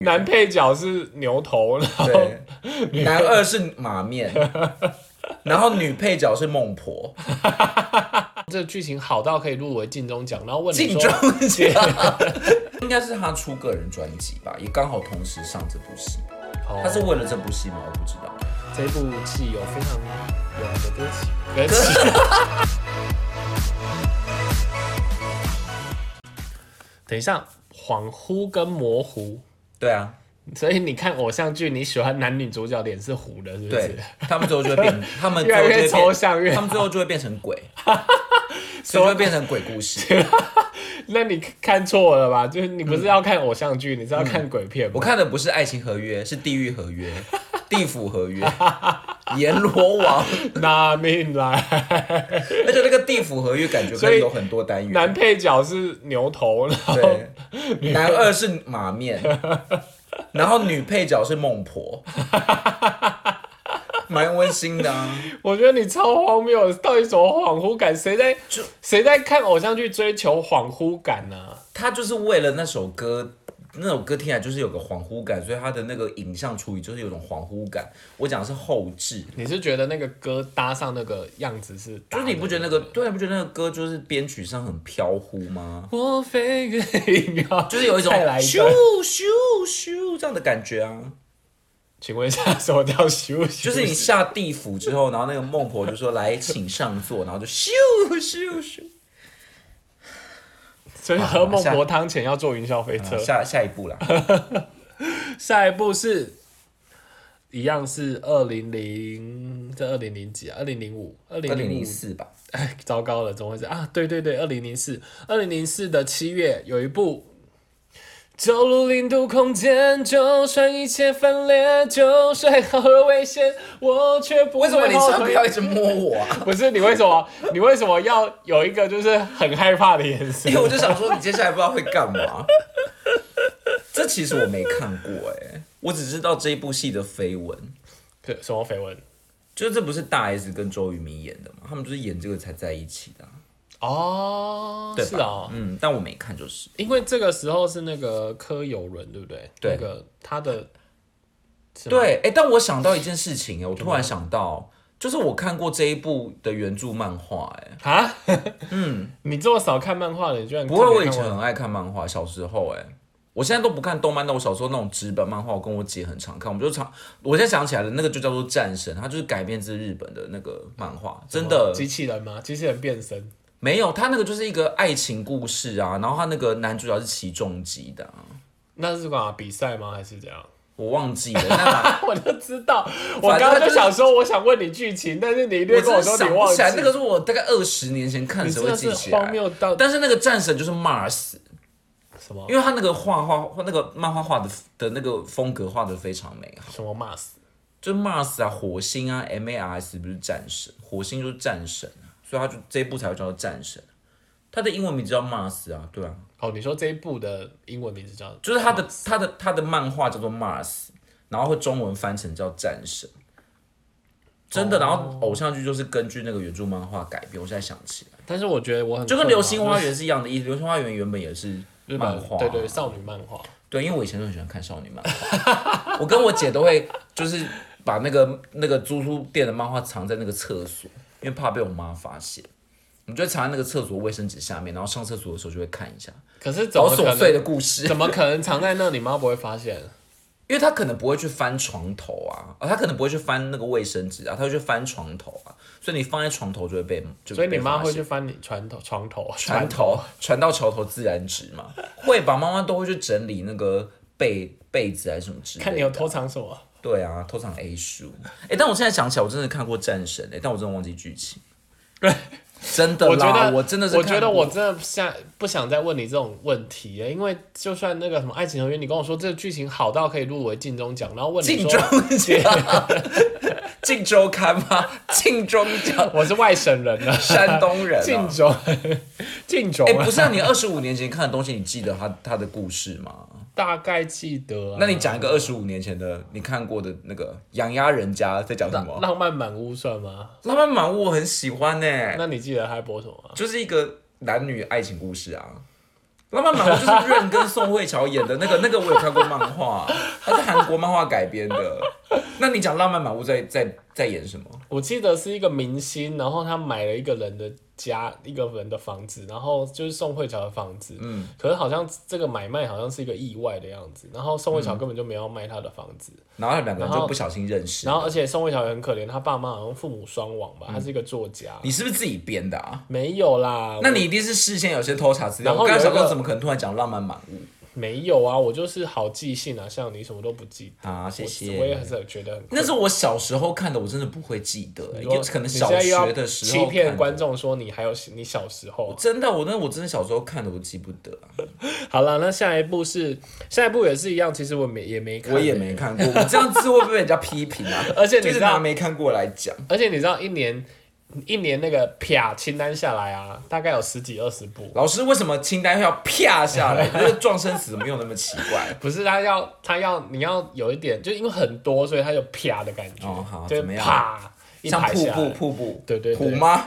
男配角是牛头，然后对，男二是马面，然后女配角是孟婆。 这个剧情好到可以入围金钟奖，然后问你金说， 钟奖应该是他出个人专辑吧，也刚好同时上这部戏。他是为了这部戏吗？我不知道。 这部戏有非常有名的歌曲。等一下，恍惚跟模糊， 对啊， 所以你看偶像剧，你喜欢男女主角脸是糊的，是不是？ 对，他们最后就会变，他们越来越抽象， 他们最后就会变成鬼，所以就会变成鬼故事。 那你看错了吧？就是你不是要看偶像剧，你是要看鬼片吗？ 我看的不是爱情合约，是地狱合约、地府合约。阎罗王拿命来， 而且那个地府合约感觉可以有很多单元。 男配角是牛头，然后对，男二是马面，然后女配角是孟婆，蛮温馨的啊。 我觉得你超荒谬的，到底什么恍惚感？谁在看偶像剧追求恍惚感呢、啊？ 他就是为了那首歌。那首歌听起来就是有个恍惚感，所以他的那个影像处理就是有种恍惚感。我讲的是后置， 你是觉得那个歌搭上那个样子是？ 就是你不觉得那个对，你不觉得那个歌就是编曲上很飘忽吗？ 我飞越一秒， 就是有一种咻咻咻这样的感觉啊。 请问一下，什么叫咻咻？ 就是你下地府之后，然后那个孟婆就说来请上座，然后就咻咻咻。 所以喝孟婆汤前要坐云霄飞车。 下一步啦， 下一步是一样是2000几啊 2004吧。 哎，糟糕了，怎么回事啊？对，2004的7月有一部。走入零度空间，就算一切分裂，就算和危险，我却不会后退。 为什么你上课要一直摸我啊？ 不是你为什么要有一个就是很害怕的眼神？ 因为我就想说你接下来不知道会干嘛。这其实我没看过我只知道这一部戏的绯闻。 什么绯闻？ 就是这不是大 S 跟周渝民演的嘛？他们就是演这个才在一起的哦， 对吧？ 是哦， 但我没看就是。 因为这个时候是那个柯有伦，对不对？ 对， 那个他的。 对，但我想到一件事情我突然想到，就是我看过这一部的原著漫画啊，你这么少看漫画的，你居然不会？我以前很爱看漫画，小时候我现在都不看动漫，但我小时候那种纸本漫画，我跟我姐很常看，我现在想起来了，那个就叫做《战神》，它就是改编自日本的那个漫画，真的。 机器人吗？机器人变身？ 没有，它那个就是一个爱情故事啊，然后它那个男主角是起重机的那是干嘛比赛吗？还是怎样？ 我忘记了， 我就知道，我刚刚就想说，我想问你剧情，但是你一定跟我说你忘记。 那个是我大概20年前看的时候会记起来。 荒谬到， 但是那个战神就是 Mars。 什么？ 因为他那个那个漫画画的那个风格画的非常美好。 什么 Mars？ 就是 Mars 啊，火星啊 ，MARS 不是战神，火星就是战神所以他就这一部才会叫做战神。他的英文名字叫 Mars 啊，对啊。 哦，你说这一部的英文名字叫？ 就是他的漫画叫做 Mars， 然后会中文翻成叫战神。真的，然后偶像剧就是根据那个原著漫画改编。我现在想起来， 但是我觉得我很就跟《流星花园》是一样的意思，《流星花园》原本也是漫画， 对，少女漫画。 对，因为我以前都很喜欢看少女漫画，我跟我姐都会就是把那个租书店的漫画藏在那个厕所，因为怕被我妈发现。我们就会藏在那个厕所卫生纸下面，然后上厕所的时候就会看一下。 可是好琐碎的故事， 怎么可能藏在那？你妈不会发现？ 因为他可能不会去翻床头他可能不会去翻那个卫生纸他会去翻床头所以你放在床头就会被所以你妈会去翻你床头船到桥头自然直嘛？会吧，妈妈都会去整理那个被子还是什么之类的。 看你有偷藏什么？ 对啊，偷藏 A 书。但我现在想起来，我真的看过《战神》但我真的忘记剧情。真的啦，我真的是， 我觉得我真的不想再问你这种问题了，因为就算那个什么《爱情合约》，你跟我说这个剧情好到可以入围金钟奖，然后问你说金周刊吗？金钟奖， 我是外省人啊， 山东人晋州， 不是你25年前看的东西，你记得他的故事吗？ 大概记得那你讲一个25年前的你看过的那个养鸭人家在讲什么？ 浪漫满屋算吗？ 浪漫满屋我很喜欢那你记得他播什么吗？ 就是一个男女爱情故事浪漫满屋就是润跟宋慧乔演的那个我有看过漫画，它是韩国漫画改编的。那你讲浪漫满屋在演什么？ 我记得是一个明星，然后他买了一个人的家，一个人的房子，然后就是宋慧乔的房子。可是好像这个买卖好像是一个意外的样子，然后宋慧乔根本就没有卖他的房子， 然后两个人就不小心认识。 然后而且宋慧乔也很可怜，他爸妈好像父母双亡吧，他是一个作家。 你是不是自己编的啊？ 没有啦， 那你一定是事先有些偷查资料。我刚才想说，怎么可能突然讲浪漫满屋？ 没有啊，我就是好记性啊，像你什么都不记得。 啊，谢谢。 我也还是觉得很。 那是我小时候看的，我真的不会记得、可能小学的时候欺骗观众说你还有你小时候。 真的，我真的小时候看的，我记不得、啊。 好了，那下一部也是一样，其实我也没看、 我也没看过。我这样子会不会被人家批评啊？ 而且你知道， 就是拿没看过来讲。 而且你知道一年那个啪清单下来啊，大概有10几20部。 老师为什么清单要啪下来？那个撞声词怎么用那么奇怪？ 不是你要有一点，就因为很多，所以它有啪的感觉。 哦，好， 就怎么样？ 啪， 像瀑布， 对， 虎妈，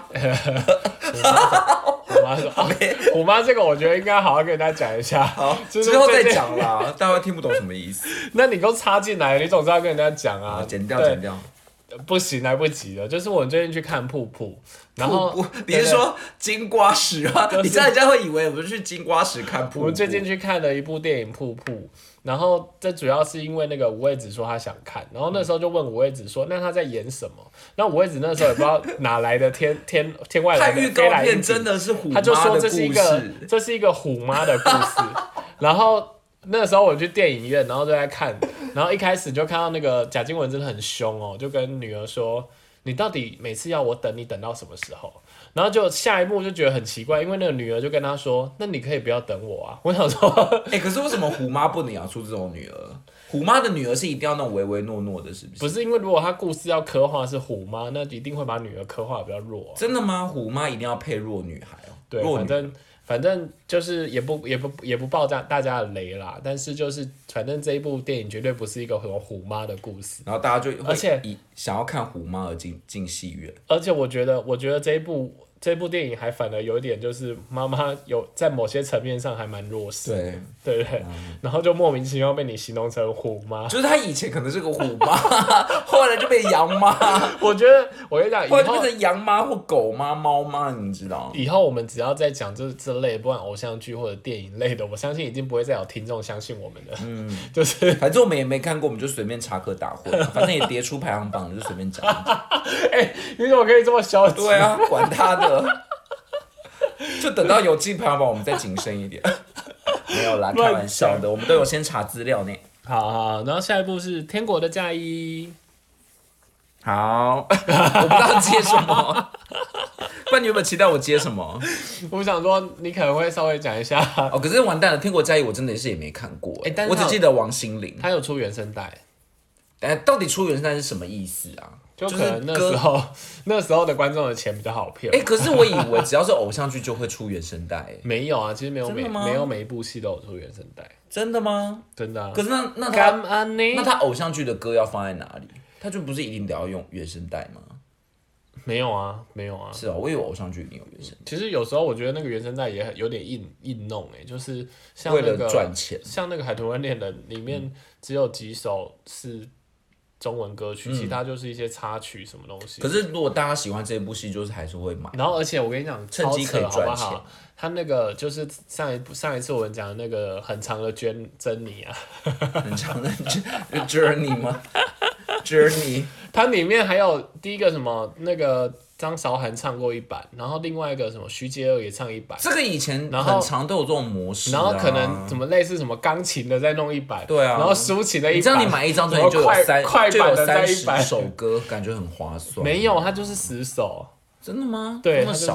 虎妈这个我觉得应该好好跟大家讲一下。 好， 之后再讲啦，大家会听不懂什么意思。 那你给我插进来，你总是要跟人家讲啊。 剪掉。 不行，来不及了。就是我们最近去看瀑布，然后你是说金瓜石吗？你这样人家会以为我们去金瓜石看瀑布。 我们最近去看了一部电影《瀑布》，然后这主要是因为那个五味子说他想看，然后那时候就问五味子说，那他在演什么？那五味子那时候也不知道哪来的天外来的预告片真的是虎妈的故事， 他就说这是一个虎妈的故事，然后。那时候我去电影院，然后就在看，然后一开始就看到那个贾静雯真的很凶哦，就跟女儿说：“你到底每次要我等你等到什么时候？”然后就下一幕就觉得很奇怪，因为那个女儿就跟他说：“那你可以不要等我啊。”我想说， 可是为什么虎妈不能养出这种女儿？虎妈的女儿是一定要那种唯唯诺诺的，是不是？ 不是，因为如果她故事要刻画是虎妈，那一定会把女儿刻画比较弱、啊。 真的吗？虎妈一定要配弱女孩哦。 对，反正就是也不爆大家的雷啦，但是就是反正这一部电影绝对不是一个很虎妈的故事， 然后大家就而且想要看虎妈而进戏院， 而且我觉得这一部电影还反而有一点就是妈妈有在某些层面上还蛮弱势，对，然后就莫名其妙被你形容成虎妈， 就是她以前可能是个虎妈，后来就变羊妈。 我觉得我跟你讲， 后来就变成羊妈或狗妈、猫妈，你知道？ 以后我们只要再讲这类不管偶像剧或者电影类的，我相信已经不会再有听众相信我们了。就是反正我们也没看过，我们就随便插科打诨，反正也跌出排行榜，就随便讲。 你怎么可以这么消极？ 对啊，管他的。就等到有进排行榜，我们再谨慎一点。没有啦，开玩笑的，我们都有先查资料呢。 好，然后下一步是《天国的嫁衣》。 好，我不知道接什么。不然你有没有期待我接什么？ 我想说，你可能会稍微讲一下。 可是完蛋了，《天国嫁衣》我真的是也没看过。我只记得王心凌， 她有出原声带。 到底出原声带是什么意思啊？ 就可能那时候的观众的钱比较好骗。 可是我以为只要是偶像剧就会出原声带。 没有啊，其实没有每一部戏都有出原声带。 真的吗？ 真的啊。 可是那他偶像剧的歌要放在哪里？他就不是一定得要用原声带吗？ 没有啊。 是啊，我以为偶像剧一定有原声带。 其实有时候我觉得那个原声带也有点硬弄就是像那个为了赚钱， 像那个《海豚湾恋人》里面只有几首是中文歌曲，其他就是一些插曲什么东西。 可是如果大家喜欢这部戏，就是还是会买。 然后而且我跟你讲， 趁机可以赚钱。 他那个就是上一次我们讲的那个很长的珍妮啊， 很长的 journey 吗？journey， 它里面还有第一个什么那个张韶涵唱过一版，然后另外一个什么徐杰尔也唱一版。 这个以前很常都有这种模式、 然后可能什么类似什么钢琴的再弄一版， 对啊， 然后抒情的一版。 你知道你买一张专辑就有快版的再一版首歌，感觉很划算。 没有，它就是10首。 真的吗？ 对，它就是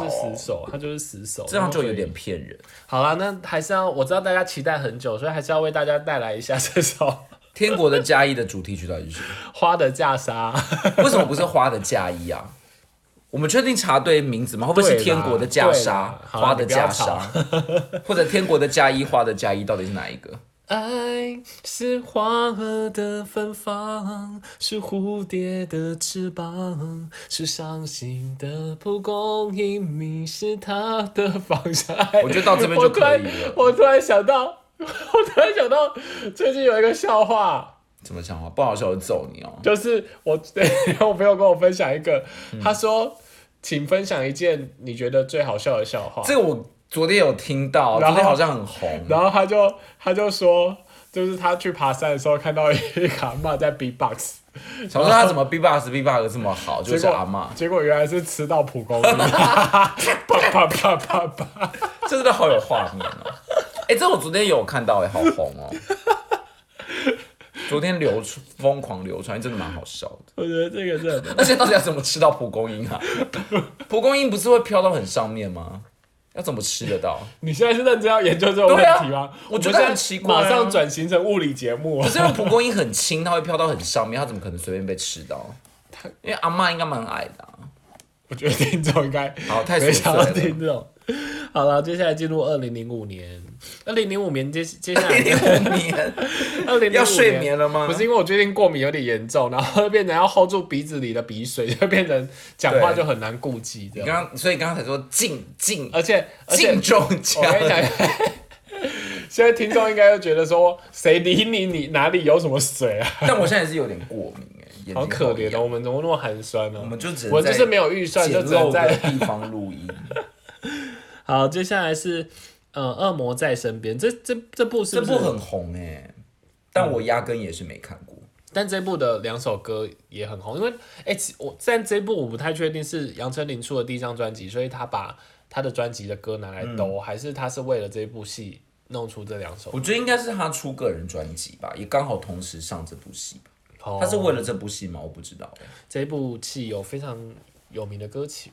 10首， 这样就有点骗人。 好啦，那还是要我知道大家期待很久，所以还是要为大家带来一下这首《 天国的嫁衣》的主题曲到底是什么？ 花的嫁纱。 为什么不是花的嫁衣啊？我们确定查对名字吗？会不会是天国的嫁纱、花的嫁纱，或者天国的嫁衣、花的嫁衣，到底是哪一个？ 爱是花儿的芬芳，是蝴蝶的翅膀，是伤心的蒲公英迷失它的方向。 我觉得到这边就可以了。 我突然想到，最近有一个笑话。 怎么讲话？不好笑我就揍你哦！ 就是我朋友跟我分享一个，他说，请分享一件你觉得最好笑的笑话。 这个我昨天有听到，昨天好像很红。 然后他就说，就是他去爬山的时候看到一个阿嬷在 B-box， 想说他怎么 B-box 这么好，就是阿嬷。 结果原来是吃到蒲公英，啪啪啪啪啪， 这真的好有画面哦！哎，这我昨天有看到，哎，好红哦。昨天疯狂流传，真的蛮好笑的。 我觉得这个真的， 而且到底要怎么吃到蒲公英啊？蒲公英不是会飘到很上面吗？要怎么吃得到？ 你现在是认真要研究这个问题吗？ 我觉得很奇怪， 马上转型成物理节目。 可是因为蒲公英很轻，它会飘到很上面，它怎么可能随便被吃到？因为阿嬷应该蛮矮的。 我觉得听众应该好太琐碎了。 听众。好了，接下来进入2005年。2005年接下来 2005年要睡眠了吗？ 不是，因为我最近过敏有点严重，然后变成要 hold 住鼻子里的鼻水，就变成讲话就很难顾忌。 所以刚刚才说静， 而且静中讲。 我跟你讲，现在听众应该会觉得说，谁理你哪里有什么水啊？ 但我现在是有点过敏哎， 好可怜哦，我们怎么那么寒酸呢？ 我们就只能我就是没有预算，就只能在地方录音。 好，接下来是恶魔在身边，这部是不是这部很红哎，但我压根也是没看过。 但这部的2首歌也很红，因为但这部我不太确定是杨丞琳出的第一张专辑，所以他把他的专辑的歌拿来兜，还是他是为了这部戏弄出这2首歌？ 我觉得应该是他出个人专辑吧，也刚好同时上这部戏吧。他是为了这部戏吗？我不知道。 这部戏有非常有名的歌曲。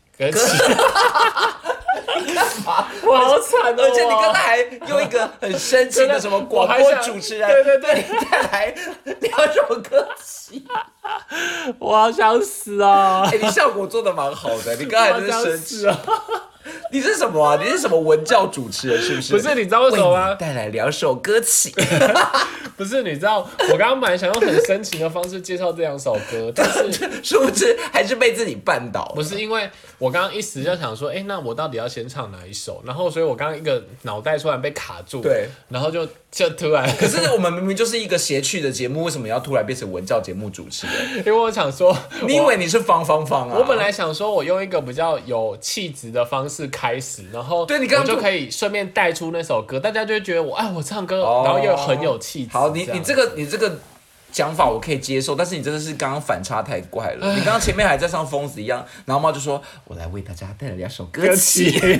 我好惨哦！ 而且你刚才还用一个很深情的什么广播主持人， 对， 你再来聊什么歌曲？ 我好想死啊！ 你效果做的蛮好的，你刚才真是生气啊！你是什么啊？你是什么文教主持人是不是？ 不是，你知道为什么吗？ 带来2首歌曲。 不是，你知道我刚刚本来想用很深情的方式介绍这2首歌，但是殊不知还是被自己绊倒。 不是，因为我刚刚一时就想说，那我到底要先唱哪一首？然后，所以我刚刚一个脑袋突然被卡住， 对， 然后就突然。 可是我们明明就是一个谐趣的节目，为什么要突然变成文教节目主持人？ 因为我想说， 你以为你是方啊？ 我本来想说，我用一个比较有气质的方式开始，然后对你刚刚就可以顺便带出那首歌，大家就会觉得我唱歌，然后又很有气质。 好，你这个讲法我可以接受，但是你真的是刚刚反差太怪了。你刚刚前面还在像疯子一样，然后猫就说：“我来为大家带来2首歌曲。”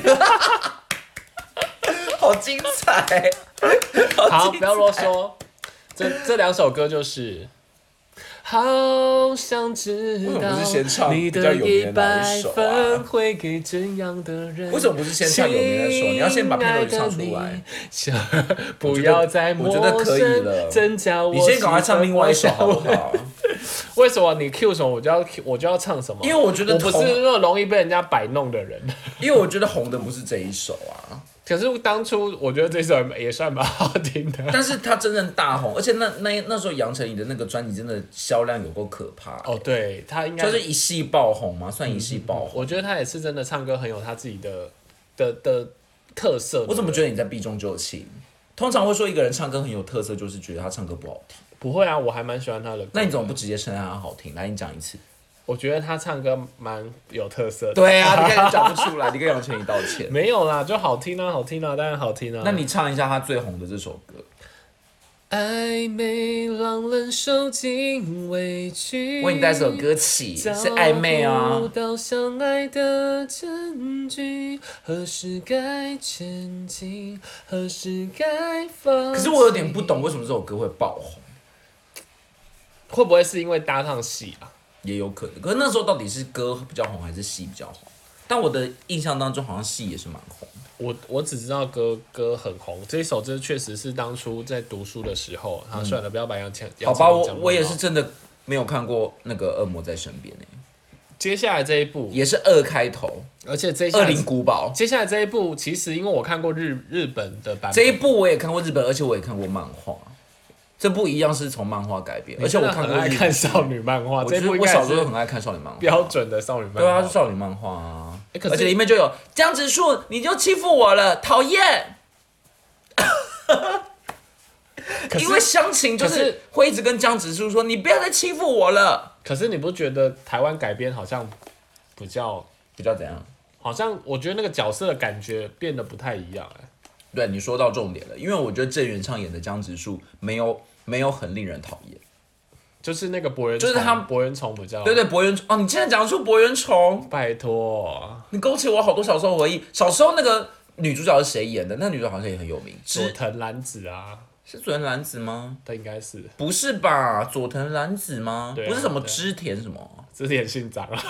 好精彩！ 好，不要啰嗦。这2首歌就是。好想知道你的100分会给怎样的人？ 为什么不是先唱有名的首？你要先把片头曲唱出来。 不要再陌生， 我觉得可以了。 真叫我你先赶快唱另外一首好不好？ 为什么你 Q 什么我就要唱什么？ 因为我觉得我不是那种容易被人家摆弄的人。 因为我觉得红的不是这一首啊。 可是当初我觉得这首也算蛮好听的， 但是他真正大红，而且那时候杨丞琳的那个专辑真的销量有够可怕。 哦，对，他应该就是一系爆红嘛，算一系爆红。 我觉得他也是真的唱歌很有他自己的特色。 我怎么觉得你在避重就轻？通常会说一个人唱歌很有特色，就是觉得他唱歌不好听。 不会啊，我还蛮喜欢他的歌。 那你怎么不直接称赞他好听？来，你讲一次。 我觉得他唱歌蛮有特色的。 对啊，你看你讲不出来，你跟杨丞琳道歉。 没有啦，就好听啊，好听啊，当然好听啊。 那你唱一下他最红的这首歌。 暧昧让人受尽委屈， 为你带首歌曲是暧昧啊。 找不到相爱的证据，何时该前进，何时该放弃。 可是我有点不懂，为什么这首歌会爆红？ 会不会是因为搭上戏啊？ 也有可能。可是那时候到底是歌比较红还是戏比较红？但我的印象当中好像戏也是蛮红的。 我只知道歌很红，这一首真确实是当初在读书的时候。算了，不要把杨丞琳好吧，我也是真的没有看过那个《恶魔在身边》 接下来这一部也是2开头， 而且这恶灵古堡。 接下来这一部其实因为我看过日本的版本， 这一部我也看过日本，而且我也看过漫画。 这部一样是从漫画改编，而且我看过很爱看少女漫画，这部应该我小时候很爱看少女漫画， 标准的少女漫画。 对啊，是少女漫画啊， 可是而且里面就有江直树，你就欺负我了，讨厌。因为湘琴就是会一直跟江直树说：“你不要再欺负我了。” 可是你不觉得台湾改编好像比较怎样？ 好像我觉得那个角色的感觉变得不太一样对，你说到重点了，因为我觉得郑元畅演的江直树没有很令人讨厌， 就是那个博元， 就是他博元崇比较对博元哦，你竟然讲出博元崇， 拜托， 你勾起我好多小时候回忆。小时候那个女主角是谁演的？那女主角好像也很有名， 佐藤蓝子啊， 是佐藤蓝子吗？ 他应该是不是吧？佐藤蓝子吗？ 对啊不是什么织田什么？ 织田信长啊，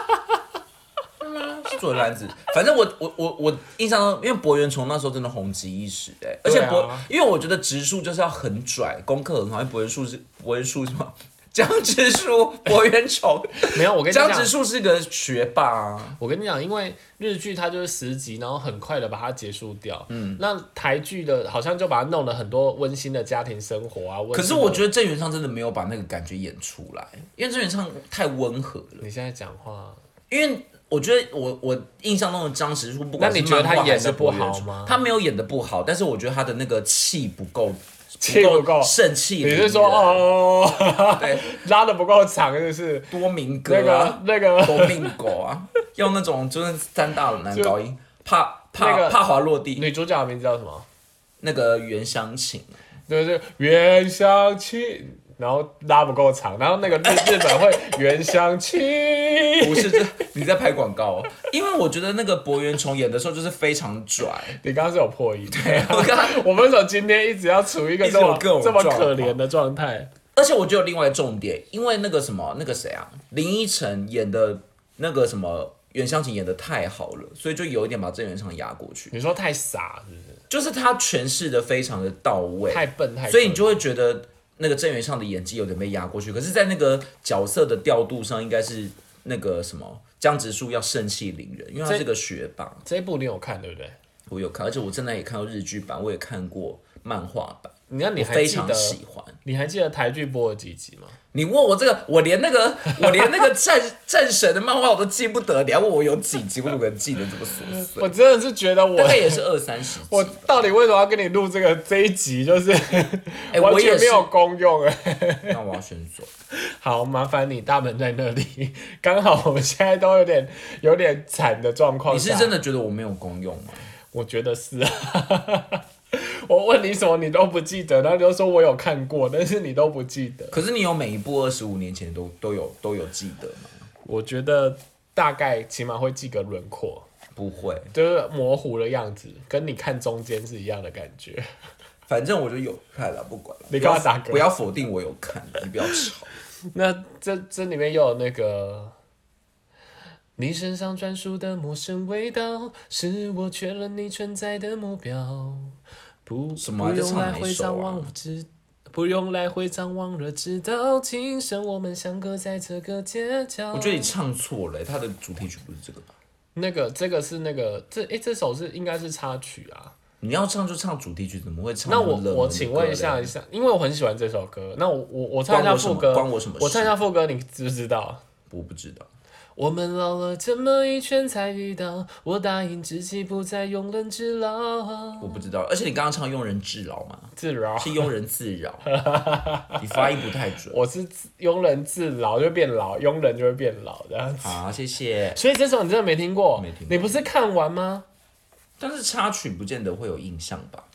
是佐藤蓝子。反正我印象中，因为博元崇那时候真的红极一时而且因为我觉得直树就是要很拽，功课很好，因为博元树是什么？江直树、博元崇没有，我跟你讲， 江直树是个学霸啊。 我跟你讲，因为日剧它就是10集，然后很快的把它结束掉。那台剧的好像就把它弄了很多温馨的家庭生活啊。 可是我觉得郑元畅真的没有把那个感觉演出来，因为郑元畅太温和了。 你现在讲话， 因为我觉得我印象中的张直树，不管是那你觉得他演的不好吗？ 他没有演的不好，但是我觉得他的那个气不够。 不够盛气， 你是说对， 拉的不够长，就是多明哥啊， 那个多命狗啊，用那种就是3大男高音，怕滑落地。 女主角的名字叫什么？ 那个袁湘琴， 对，袁湘琴。然后拉不够长，然后那个日本会袁湘琴， 不是你在拍广告哦，因为我觉得那个博元崇演的时候就是非常拽。 你刚刚是有破音， 对啊， 我们怎么今天一直要处于一个这么可怜的状态？ 而且我觉得有另外一个重点，因为那个谁啊，林依晨演的那个什么袁湘琴演的太好了，所以就有一点把郑元畅压过去。 你说太傻是不是？ 就是他诠释的非常的到位， 太笨太， 所以你就会觉得。那个郑元畅的演技有点被压过去，可是，在那个角色的调度上，应该是那个什么江直树要盛气凌人，因为他是个学霸。 这一部你有看对不对？ 我有看，而且我真的也看过日剧版，我也看过漫画版。 你还非常喜欢。 你还记得台剧播了几集吗？ 你问我这个，我连那个战神的漫画我都记不得，你要问我有几集，我怎么能记得这么琐碎？ 我真的是觉得我大概也是20-30集。 我到底为什么要跟你录这一集？就是完全没有功用那我要先走。 好，麻烦你，大门在那里，刚好我们现在都有点惨的状况。 你是真的觉得我没有功用吗？ 我觉得是啊。我问你什么你都不记得，然后你就说我有看过，但是你都不记得。 可是你有每一部25年前都有记得吗？ 我觉得大概起码会记个轮廓， 不会， 就是模糊的样子，跟你看中间是一样的感觉。 反正我就有看了，不管了。 你干嘛打嗝？ 不要否定我有看，你不要吵。 那这里面又有那个。你身上专属的陌生味道，是我确认你存在的目标。不用来回张望，不用来回张望了，直到今生我们相隔在这个街角。 我觉得你唱错了，它的主题曲不是这个吧？ 这个是那个这首是应该是插曲啊。 你要唱就唱主题曲，怎么会唱那我请问一下，因为我很喜欢这首歌，那我唱一下副歌， 关我什么事？ 我唱一下副歌，你知不知道？ 我不知道。 我们绕了这么一圈才遇到，我答应自己不再庸人自扰。 我不知道，而且你刚刚唱庸人自扰吗？ 自扰是庸人自扰，你发音不太准。 我是庸人自扰就变老，庸人就会变老这样子。 好，谢谢。 所以这首你真的没听过？ 没听过。 你不是看完吗？ 但是插曲不见得会有印象吧？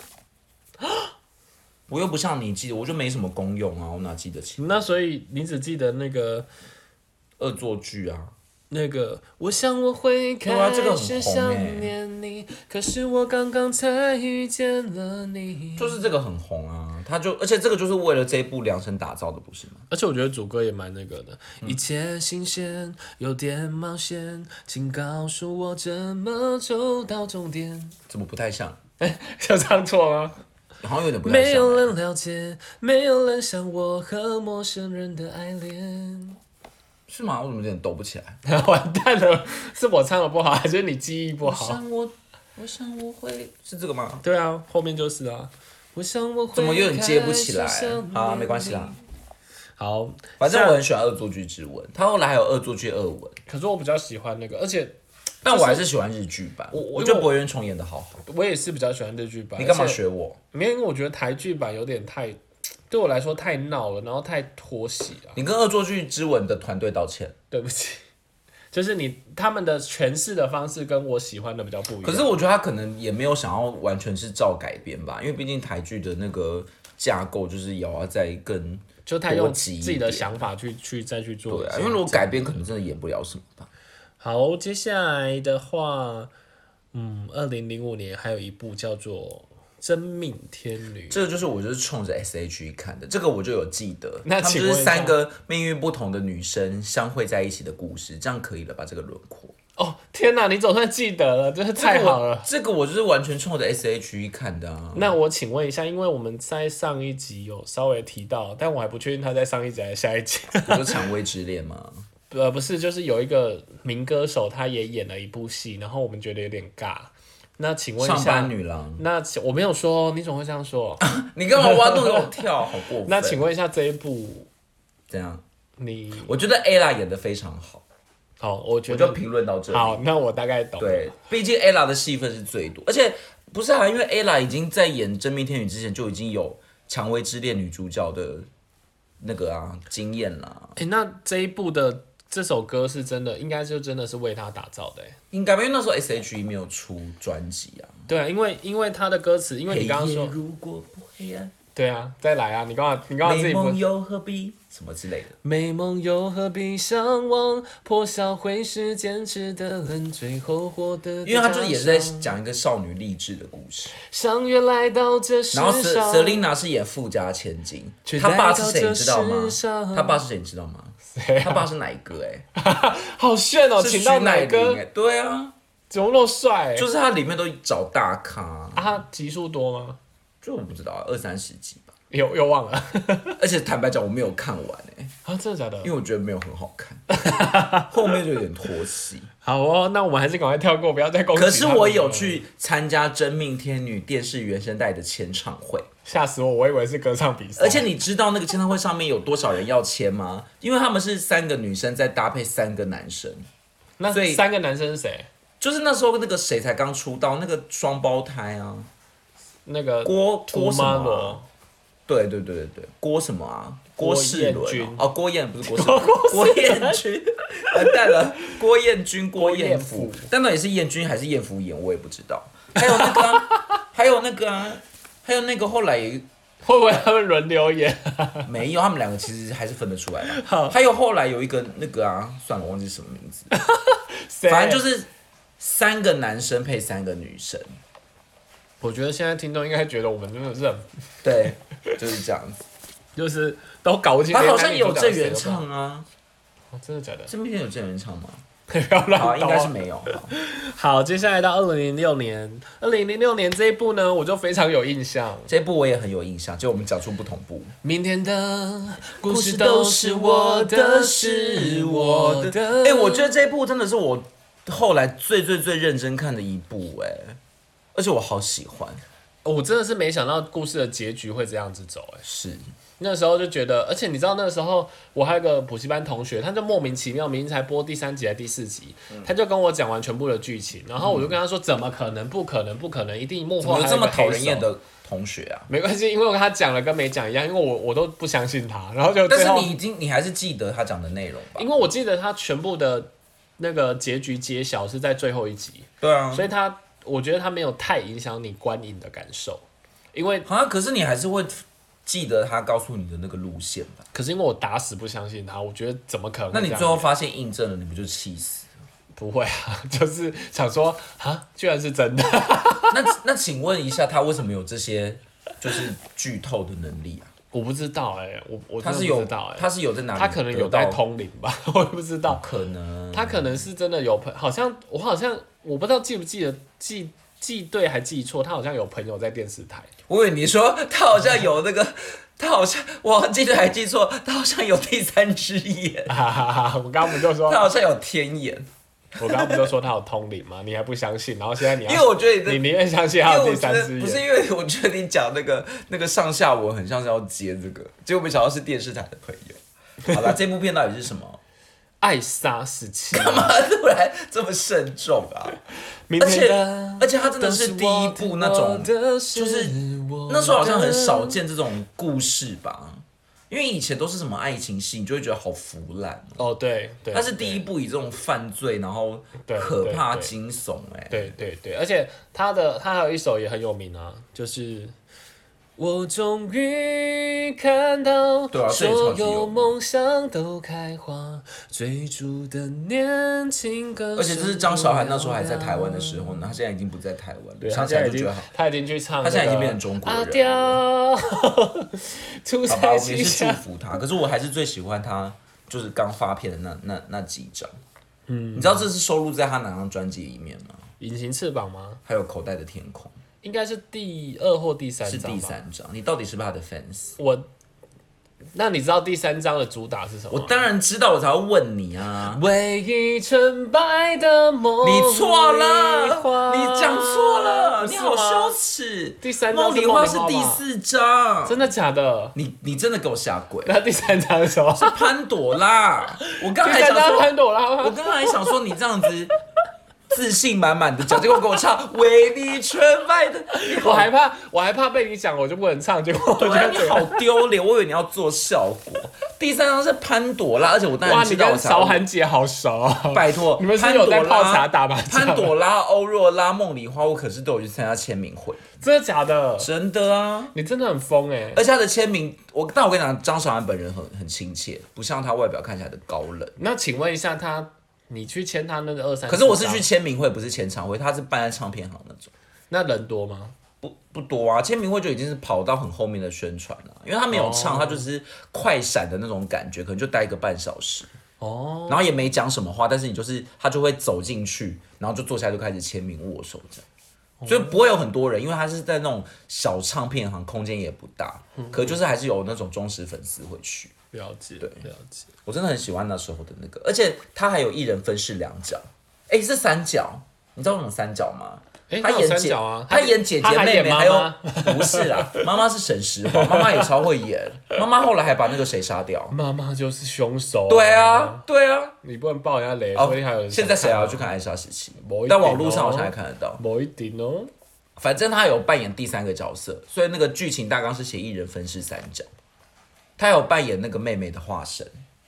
我又不像你记得，我就没什么功用啊，我哪记得起？ 那所以你只记得那个恶作剧啊， 那个我想我会开始想念你，可是我刚刚才遇见了你。 就是这个很红啊，而且这个就是为了这一部量身打造的，不是吗？ 而且我觉得主歌也蛮那个的，一切新鲜，有点冒险，请告诉我怎么走到终点。 怎么不太像？ 有唱错吗？ 好像有点不太像。 没有人了解，没有人像我和陌生人的爱恋。 是吗？我怎么有点抖不起来？ 完蛋了，是我唱的不好，还是你记忆不好？ 我想我会是这个吗？ 对啊，后面就是啊。 我想我会怎么有点接不起来开始想？ 好、啊， 你没关系啦。 好， 反正我很喜欢恶作剧之吻，他后来还有恶作剧二吻， 可是我比较喜欢那个，而且但我还是喜欢日剧版。我觉得博元崇演的好好。 我也是比较喜欢日剧版。 你干嘛学我？ 没有，因为我觉得台剧版有点太，对我来说太闹了，然后太拖戏了。 你跟恶作剧之吻的团队道歉。 对不起，就是他们的诠释的方式跟我喜欢的比较不一样。 可是我觉得他可能也没有想要完全是照改编吧，因为毕竟台剧的那个架构就是也要再更就他用自己的想法再去做。 对啊，因为如果改编可能真的演不了什么吧。 好，接下来的话，2005年还有一部叫做《真命天女》， 这个就是我就是冲着 S.H.E 看的，这个我就有记得。 那他们就是3个命运不同的女生相会在一起的故事，这样可以了吧？这个轮廓。 哦，天哪，你总算记得了，真是太好了。 这个我就是完全冲着 S.H.E 看的啊。 那我请问一下，因为我们在上一集有稍微提到，但我还不确定他在上一集还是下一集。 你说《蔷薇之恋》吗？ 不是，就是有一个民歌手，他也演了一部戏，然后我们觉得有点尬。那请问一下， 上班女郎？ 那我没有说，你怎么会这样说？ 你干嘛挖洞给我跳？好过分！ 那请问一下这一部怎样？ 我觉得 Ella 演的非常好。 好，我觉得就评论到这里。 好，那我大概懂。 对，毕竟 Ella 的戏份是最多，而且不是啊，因为 Ella 已经在演《真命天女》之前就已经有《蔷薇之恋》女主角的那个经验啦。 那这一部的这首歌是真的，应该就真的是为他打造的。 应该吧，因为那时候 S.H.E 没有出专辑啊。 对啊，因为他的歌词，因为你刚刚说， 如果不黑暗。 对啊，再来啊！你刚刚自己不美梦又何必什么之类的？ 美梦又何必相忘？破晓会是坚持的人，最后获得的。 因为他就是也是在讲一个少女励志的故事。 相约来到这世上， 然后 Selina 是演富家千金，他爸是谁你知道吗？他爸是谁你知道吗？他爸是奶哥好炫哦！请到奶哥， 对啊， 怎么那么帅？ 就是他里面都找大咖。 他集数多吗？ 就我不知道20-30集吧， 又忘了。 而且坦白讲，我没有看完真的假的？ 因为我觉得没有很好看，后面就有点拖戏。 好哦，那我们还是赶快跳过，不要再攻击。 可是我有去参加《真命天女》电视原声带的签唱会， 吓死我！我以为是歌唱比赛。 而且你知道那个签唱会上面有多少人要签吗？因为他们是3个女生再搭配3个男生， 那3个男生是谁？ 就是那时候那个谁才刚出道，那个双胞胎啊。那个郭什么、啊？对，郭什么啊？郭世伦哦，郭燕不是郭世伦，郭彦均，完蛋了，郭彦均、郭彦甫，但那也是彦均还是彦甫演，我也不知道。还有那个、还有那个后来也会不会他们轮流演？ 没有，他们2个其实还是分得出来的。还有后来有一个那个算了，我忘记什么名字，反正就是3个男生配3个女生。 我觉得现在听众应该觉得我们真的是很对，就是这样子， 就是都搞不清。 他好像有郑元畅啊， 真的假的？ 这边有郑元畅吗？ 不要乱好，应该是没有。 好，接下来到2006年，2006年这一部呢，我就非常有印象。 这一部我也很有印象，就我们讲出不同部。 明天的故事都是我的，是我的。 我觉得这一部真的是我后来最认真看的一部而且我好喜欢， 我真的是没想到故事的结局会这样子走是， 那时候就觉得，而且你知道那时候我还有个补习班同学，他就莫名其妙，明明才播第3集还是第4集，他就跟我讲完全部的剧情，然后我就跟他说，怎么可能？不可能，不可能，一定幕后还有这么讨人厌的同学啊？ 没关系，因为我跟他讲了跟没讲一样，因为我都不相信他，然后就但是你还是记得他讲的内容吧？ 因为我记得他全部的那个结局揭晓是在最后一集， 对啊， 所以我觉得他没有太影响你观影的感受，因为可是你还是会记得他告诉你的那个路线吧？ 可是因为我打死不相信他，我觉得怎么可能？ 那你最后发现印证了，你不就气死了？ 不会啊，就是想说居然是真的。 那请问一下，他为什么有这些就是剧透的能力啊？ 我不知道我真的不知道他是有在哪里？ 他可能有在通灵吧，我也不知道。 可能他可能是真的有我不知道记不记得记对还记错，他好像有朋友在电视台。 我以为你说他好像有那个，他好像我记得还记错，他好像有第3只眼。 我刚刚不就说他好像有天眼。 我刚刚不是说他有通灵吗？你还不相信，然后现在你要， 因为我觉得你宁愿相信他有第三只眼， 不是因为我觉得你讲那个上下文很像是要接这个，结果没想到是电视台的朋友。好了，这部片到底是什么？ 爱杀17， 干嘛突然这么慎重啊？而且它真的是第一部那种，就是那时候好像很少见这种故事吧。因为以前都是什么爱情戏，你就会觉得好腐烂哦。对， 它是第一部以这种犯罪，然后可怕惊悚对，而且他还有一首也很有名啊，就是我终于看到所有梦想都开花，追逐的年轻歌手。 而且这是张韶涵那时候还在台湾的时候呢，他现在已经不在台湾了。 对，他现在已经去唱， 他现在已经变成中国人了。 阿刁， 好吧，我们也是祝福他。可是我还是最喜欢他，就是刚发片的那几张。你知道这是收录在他哪张专辑里面吗？ 隐形翅膀吗？ 还有口袋的天空。 应该是第2或第3章， 是第3章。你到底是不是他的 fans？ 那你知道第3章的主打是什么？ 我当然知道，我才会问你啊。 唯一纯白的梦， 你错了，你讲错了，你好羞耻。 第3章梦里花是第4章， 真的假的？ 你真的给我下跪。 那第3章是什么？ 是潘朵拉。我刚才想说潘朵拉， 我刚才想说你这样子。自信满满的讲，结果给我唱《为你纯白的》， 我还怕被你讲，我就不能唱，结果我觉得你好丢脸，我以为你要做效果。第3章是潘朵拉，而且我当然知道。 哇，你跟韶涵姐好熟啊！ 拜托， 你们是有在泡茶打麻将？ 潘朵拉、欧若拉、梦里花，我可是都有去参加签名会。 真的假的？ 真的啊！ 你真的很疯哎！ 而且他的签名，但我跟你讲，张韶涵本人很亲切，不像他外表看起来的高冷。 那请问一下你去签他那个2、3？ 可是我是去签名会，不是签唱会，他是办在唱片行那种。 那人多吗？ 不多啊，签名会就已经是跑到很后面的宣传了，因为他没有唱，他就是快闪的那种感觉，可能就待1个半小时。然后也没讲什么话，但是他就会走进去，然后就坐下来就开始签名握手这样。所以不会有很多人，因为他是在那种小唱片行，空间也不大，可就是还是有那种忠实粉丝会去。 了解， 对， 了解。 我真的很喜欢那时候的那个，而且他还有一人分饰2角，是3角，你知道那种3角吗？ 他演3角啊， 他演姐姐妹妹，还有不是啦，妈妈是沈时华，妈妈也超会演，妈妈后来还把那个谁杀掉， 妈妈就是凶手。 对啊， 你不能爆人家雷，所以还有人现在谁要去看《爱杀17》？但网络上好像还看得到， 某一点哦。 反正他有扮演第3个角色，所以那个剧情大纲是写一人分饰3角。他有扮演那个妹妹的化身，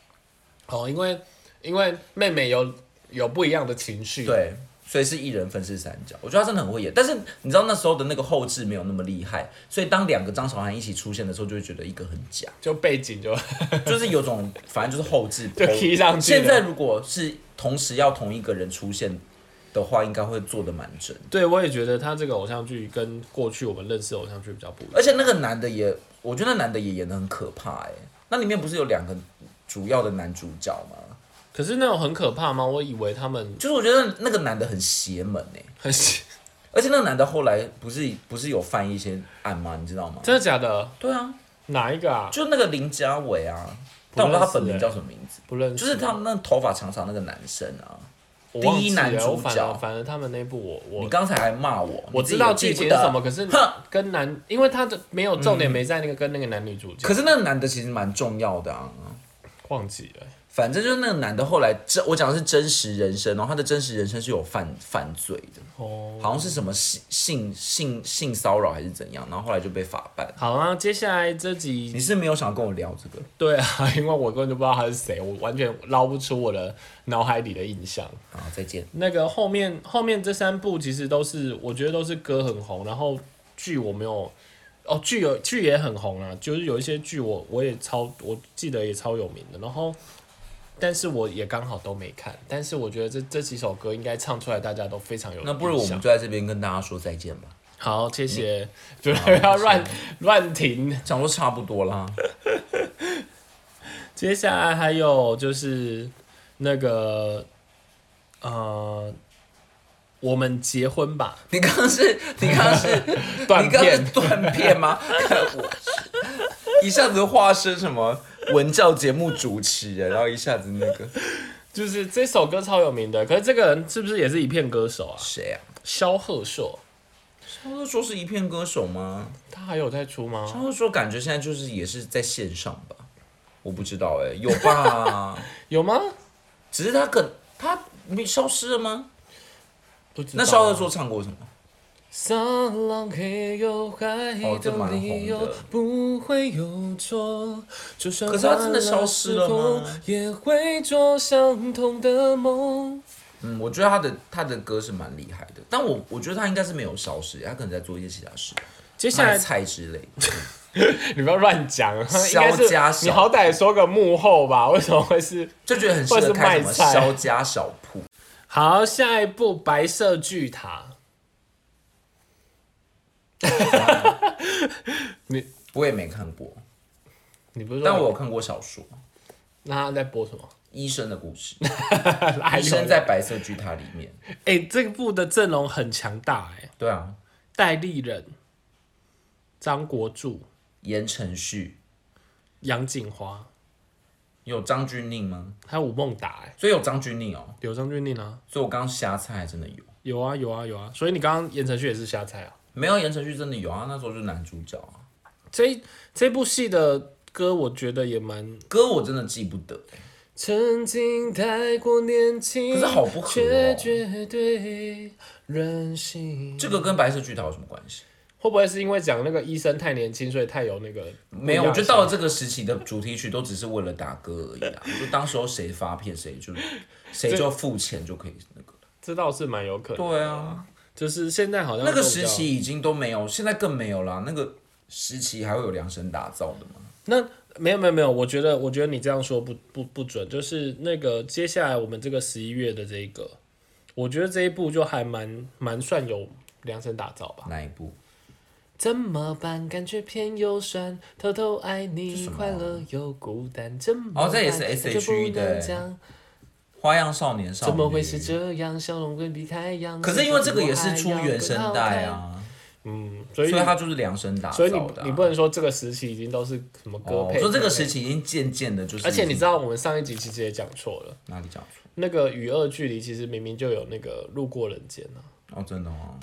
因为妹妹有不一样的情绪， 对，所以是一人分饰3角。我觉得他真的很会演，但是你知道那时候的那个后制没有那么厉害，所以当2个张韶涵一起出现的时候，就会觉得一个很假， 就背景就是有种反正就是后制就 key 上去。 现在如果是同时要同一个人出现的话，应该会做得蛮真。 对，我也觉得他这个偶像剧跟过去我们认识的偶像剧比较不一样， 而且那个男的我觉得那男的也演得很可怕那里面不是有2个主要的男主角吗？ 可是那种很可怕吗？我以为他们就是我觉得那个男的很邪门很邪， 而且那个男的后来不是有犯一些案吗？你知道吗？ 真的假的？ 对啊， 哪一个啊？ 就那个林家伟啊，但我不知道他本名叫什么名字， 不认识， 就是他们那头发长长那个男生啊。第一男主角， 反正他们那部你刚才还骂我知道剧情是什么，可是跟因为他的没有重点没在那个跟那个男女主角， 可是那个男的其实蛮重要的啊， 忘记了。 反正就是那个男的后来我讲的是真实人生，然后他的真实人生是有犯罪的，好像是什么性骚扰还是怎样，然后后来就被法办。 好啊，接下来这集你是没有想跟我聊这个？ 对啊，因为我根本就不知道他是谁，我完全捞不出我的脑海里的印象。 好，再见。 那个后面这3部其实都是我觉得都是歌很红，然后剧我没有。剧也很红啊，就是有一些剧我记得也超有名的，然后但是我也刚好都没看，但是我觉得这几首歌应该唱出来大家都非常有印象。 那不如我们就在这边跟大家说再见吧。 好，谢谢，就不要乱停， 讲说差不多啦。 接下来还有就是那个我们结婚吧。 你刚刚是断片吗？一下子化身什么文教节目主持人，然后一下子那个就是这首歌超有名的，可是这个人是不是也是一片歌手啊？ 谁啊？ 萧贺硕， 萧贺说是一片歌手吗？ 他还有在出吗？ 萧贺说感觉现在就是也是在线上吧，我不知道有吧？ 有吗？ 只是他没消失了吗？ 不知道。 那萧贺说唱过什么？ 撒浪嘿有海的理由不会有错，就算可是他真的消失了吗？ 也会做相同的梦。 我觉得他的歌是蛮厉害的，但我觉得他应该是没有消失，他可能在做一些其他事， 接下来卖菜之类的。 你不要乱讲， 萧家小， 你好歹说个幕后吧？为什么会是？ 就觉得很适合开什么萧家小铺。 好，下一部《白色巨塔》。 我也没看过， 你不是？ 但我有看过小说。 那他在播什么？ 医生的故事。医生在白色巨塔里面。 这部的阵容很强大对啊， 戴立忍、张国柱、 言承旭、 杨锦华， 有张钧甯吗？ 还有吴孟达所以有张钧甯哦。 有张钧甯啊。 所以我刚刚瞎猜，还真的有。 有啊。所以你刚刚言承旭也是瞎猜啊？ 没有，言承旭真的有啊，那时候就是男主角啊。 这部戏的歌，我觉得也蛮…… 歌我真的记不得。 曾经太过年轻， 可是好不合却绝对任性。 这个跟白色巨塔有什么关系？ 会不会是因为讲那个医生太年轻，所以太有那个？ 没有，我觉得到了这个时期的主题曲都只是为了打歌而已啊。就当时候谁发片谁就付钱就可以那个。 这倒是蛮有可能。 对啊， 就是现在好像那个时期已经都没有，现在更没有啦。那个时期还会有量身打造的吗？ 那没有，我觉得你这样说不准。就是那个接下来我们这个11月的这一个，我觉得这一部就还蛮算有量身打造吧。 哪一部？ 怎么办？感觉偏又酸，偷偷爱你，快乐又孤单。怎么办？ 这也是 S.H.E 的花样少年少女。 怎么会是这样？笑容会比太阳。 可是因为这个也是出原声带啊。所以它就是量身打造的。 所以你不能说这个时期已经都是什么歌配。 我说这个时期已经渐渐的就是。 而且你知道我们上一集其实也讲错了。 哪里讲错？ 那个与恶距离其实明明就有那个路过人间啊。 真的哦。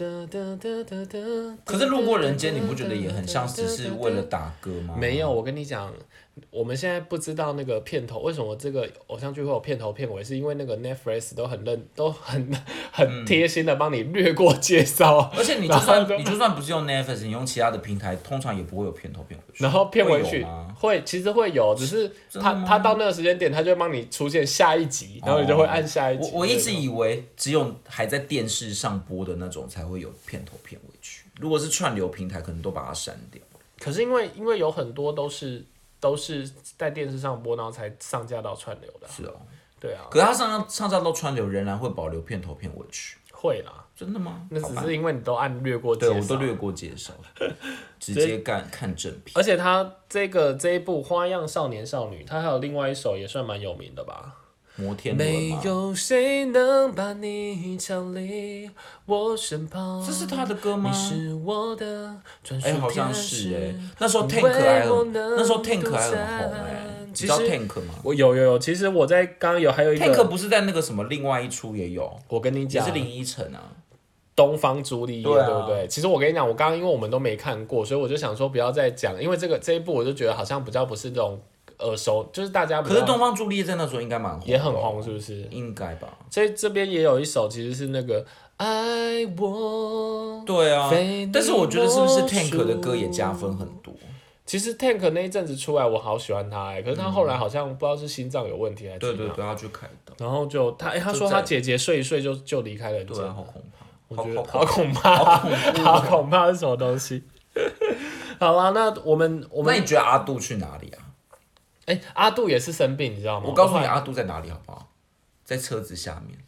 可是路过人间，你不觉得也很像只是为了打歌吗？ 没有，我跟你讲，我们现在不知道那个片头为什么这个偶像剧会有片头片尾，是因为那个 Netflix 都很贴心的帮你略过介绍。 而且你就算不是用 Netflix， 你用其他的平台，通常也不会有片头片尾曲。 然后片尾曲其实会有，只是他到那个时间点，他就会帮你出现下一集，然后你就会按下一集。 我一直以为只有还在电视上播的那种才会有片头片尾曲，如果是串流平台，可能都把它删掉。 可是因为有很多都是在电视上播，然后才上架到串流的。 是哦。 对啊。 可是它上架到串流，仍然会保留片头片尾曲。 会啦。 真的吗？ 那只是因为你都按略过介绍。 对，我都略过介绍，直接看正片。 而且他这一部《花样少年少女》，他还有另外一首也算蛮有名的吧。 摩天轮没有谁能把你调离我身旁。 这是他的歌吗？ 你是我的专属天使。 好像是那时候 Tank 还很红你知道 Tank 吗？ 我有，其实我在刚刚还有一个 Tank 不是在那个什么另外一出也有。 我跟你讲， 也是林依晨啊。 东方朱丽叶，对不对？其实我跟你讲，我刚刚因为我们都没看过，所以我就想说不要再讲，因为这一部我就觉得好像比较不是这种耳熟，就是大家。 可是东方朱丽叶在那时候应该蛮红， 也很红，是不是？ 应该吧。 这边也有一首，其实是那个爱我。 对啊，但是我觉得是不是 Tank 的歌也加分很多？ 其实 Tank 那一阵子出来，我好喜欢他可是他后来好像不知道是心脏有问题还是怎么样。 对，他去开刀。 然后就他说他姐姐睡一睡就离开了。 对啊，好恐怕。 我觉得好恐怕，好恐怕是什么东西？好啦，那我们那你觉得阿杜去哪里啊？ 阿杜也是生病，你知道吗？ 我告诉你，阿杜在哪里好不好？在车子下面。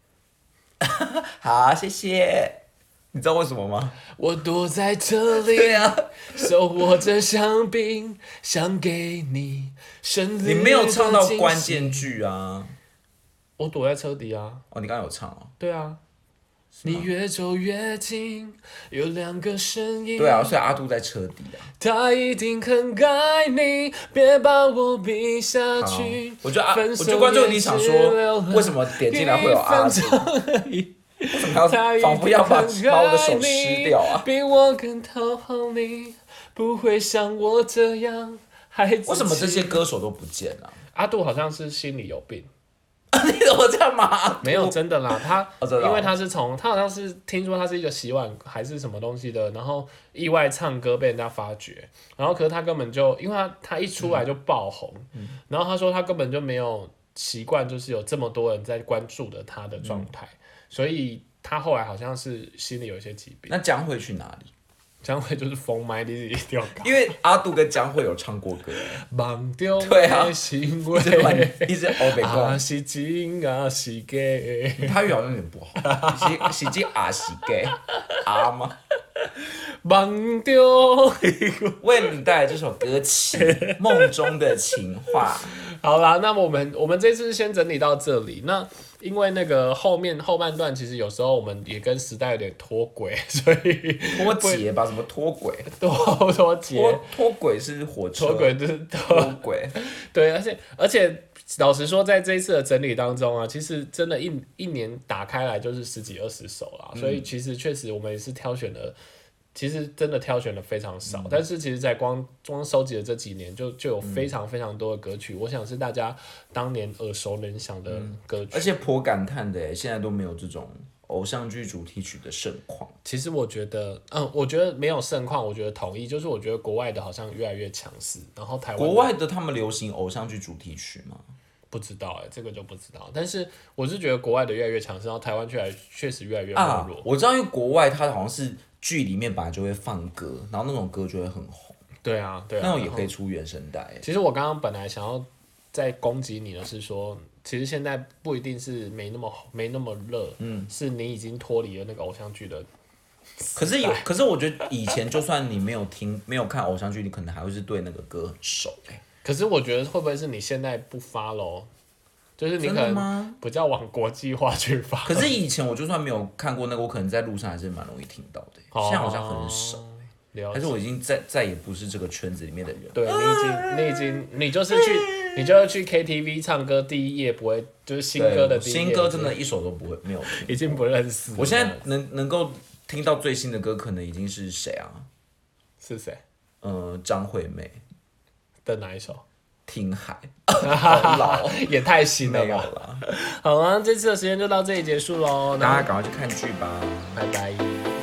好，谢谢。你知道为什么吗？ 我躲在这里， 对啊， 手握着香槟，想给你胜利。 你没有唱到关键句啊！ 我躲在车底啊！ 你刚刚有唱哦。 对啊。 你越走越近，有两个身影。 对啊，所以阿杜在车底啊。 他一定很爱你，别把我逼下去。 我觉得观众一定想说，为什么点进来会有阿杜？为什么要仿佛要把我的手吃掉啊？ 比我更讨好你，不会像我这样孩子气。 为什么这些歌手都不见了？ 阿杜好像是心里有病。 你怎么这样嘛？ 没有真的啦，他因为他好像是听说他是一个洗碗还是什么东西的，然后意外唱歌被人家发觉，然后可是他根本就因为他一出来就爆红，然后他说他根本就没有习惯，就是有这么多人在关注的他的状态，所以他后来好像是心里有一些疾病。 那江蕙去哪里？ 江蕙就是封麦，你一定要搞。 因为阿杜跟江蕙有唱过歌。 忘掉对啊， 的行为， 一直欧北共。 啊是真啊是假？ 他语好像有点不好。是真啊是假？啊吗？ 忘掉。 为你带来这首歌曲《梦中的情话》。 好啦，那我们这次先整理到这里。那因为那个后半段，其实有时候我们也跟时代有点脱轨，所以脱节吧？什么脱轨？ 脱节？ 脱轨是火车， 脱轨就是脱轨。 对，而且老实说，在这一次的整理当中啊，其实真的一年打开来就是10几20首啦，所以其实确实我们也是挑选了。其实真的挑选的非常少，但是其实，在光收集的这几年就有非常非常多的歌曲，我想是大家当年耳熟能详的歌曲， 而且颇感叹的现在都没有这种偶像剧主题曲的盛况。 其实我觉得，我觉得没有盛况，我觉得统一，就是我觉得国外的好像越来越强势，然后台湾国外的他们流行偶像剧主题曲吗？ 不知道这个就不知道。但是我是觉得国外的越来越强势，然后台湾确实越来越没落。 我知道，因为国外它好像是剧里面本来就会放歌，然后那种歌就会很红。 对啊， 那种也可以出原声带。 其实我刚刚本来想要再攻击你的是说，其实现在不一定是没那么热，是你已经脱离了那个偶像剧的。 可是我觉得以前就算你没有看偶像剧，你可能还会是对那个歌很熟可是我觉得会不会是你现在不follow，就是你可能比较往国际化去发。 可是以前我就算没有看过那个，我可能在路上还是蛮容易听到的。现在好像很少。还是我已经再也不是这个圈子里面的人。 对，你就是去 KTV 唱歌，第一页不会就是新歌的第一页， 新歌真的一首都不会没有听， 已经不认识。 我现在能够听到最新的歌，可能已经是谁啊？ 是谁？ 张惠妹的哪一首？ 听海，好老， 也太新了吧！ 没有啦。 好啊，这次的时间就到这里结束喽， 大家赶快去看剧吧， 拜拜。